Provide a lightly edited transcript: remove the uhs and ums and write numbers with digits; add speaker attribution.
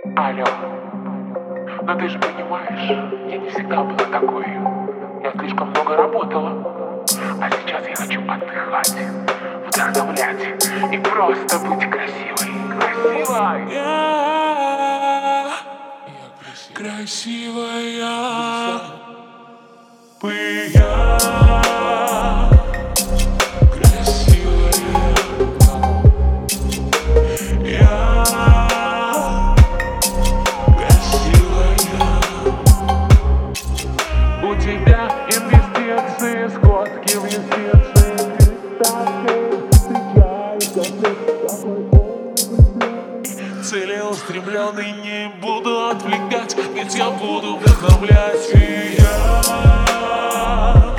Speaker 1: Алло, но ты же понимаешь, я не всегда была такой. Я слишком много работала, а сейчас я хочу отдыхать, вдохновлять и просто быть красивой. Красивой!
Speaker 2: Я красивая,
Speaker 1: У тебя инвестиции, сходки в юстиции,
Speaker 2: целеустремленный, не буду отвлекать, ведь я буду вдохновлять. И я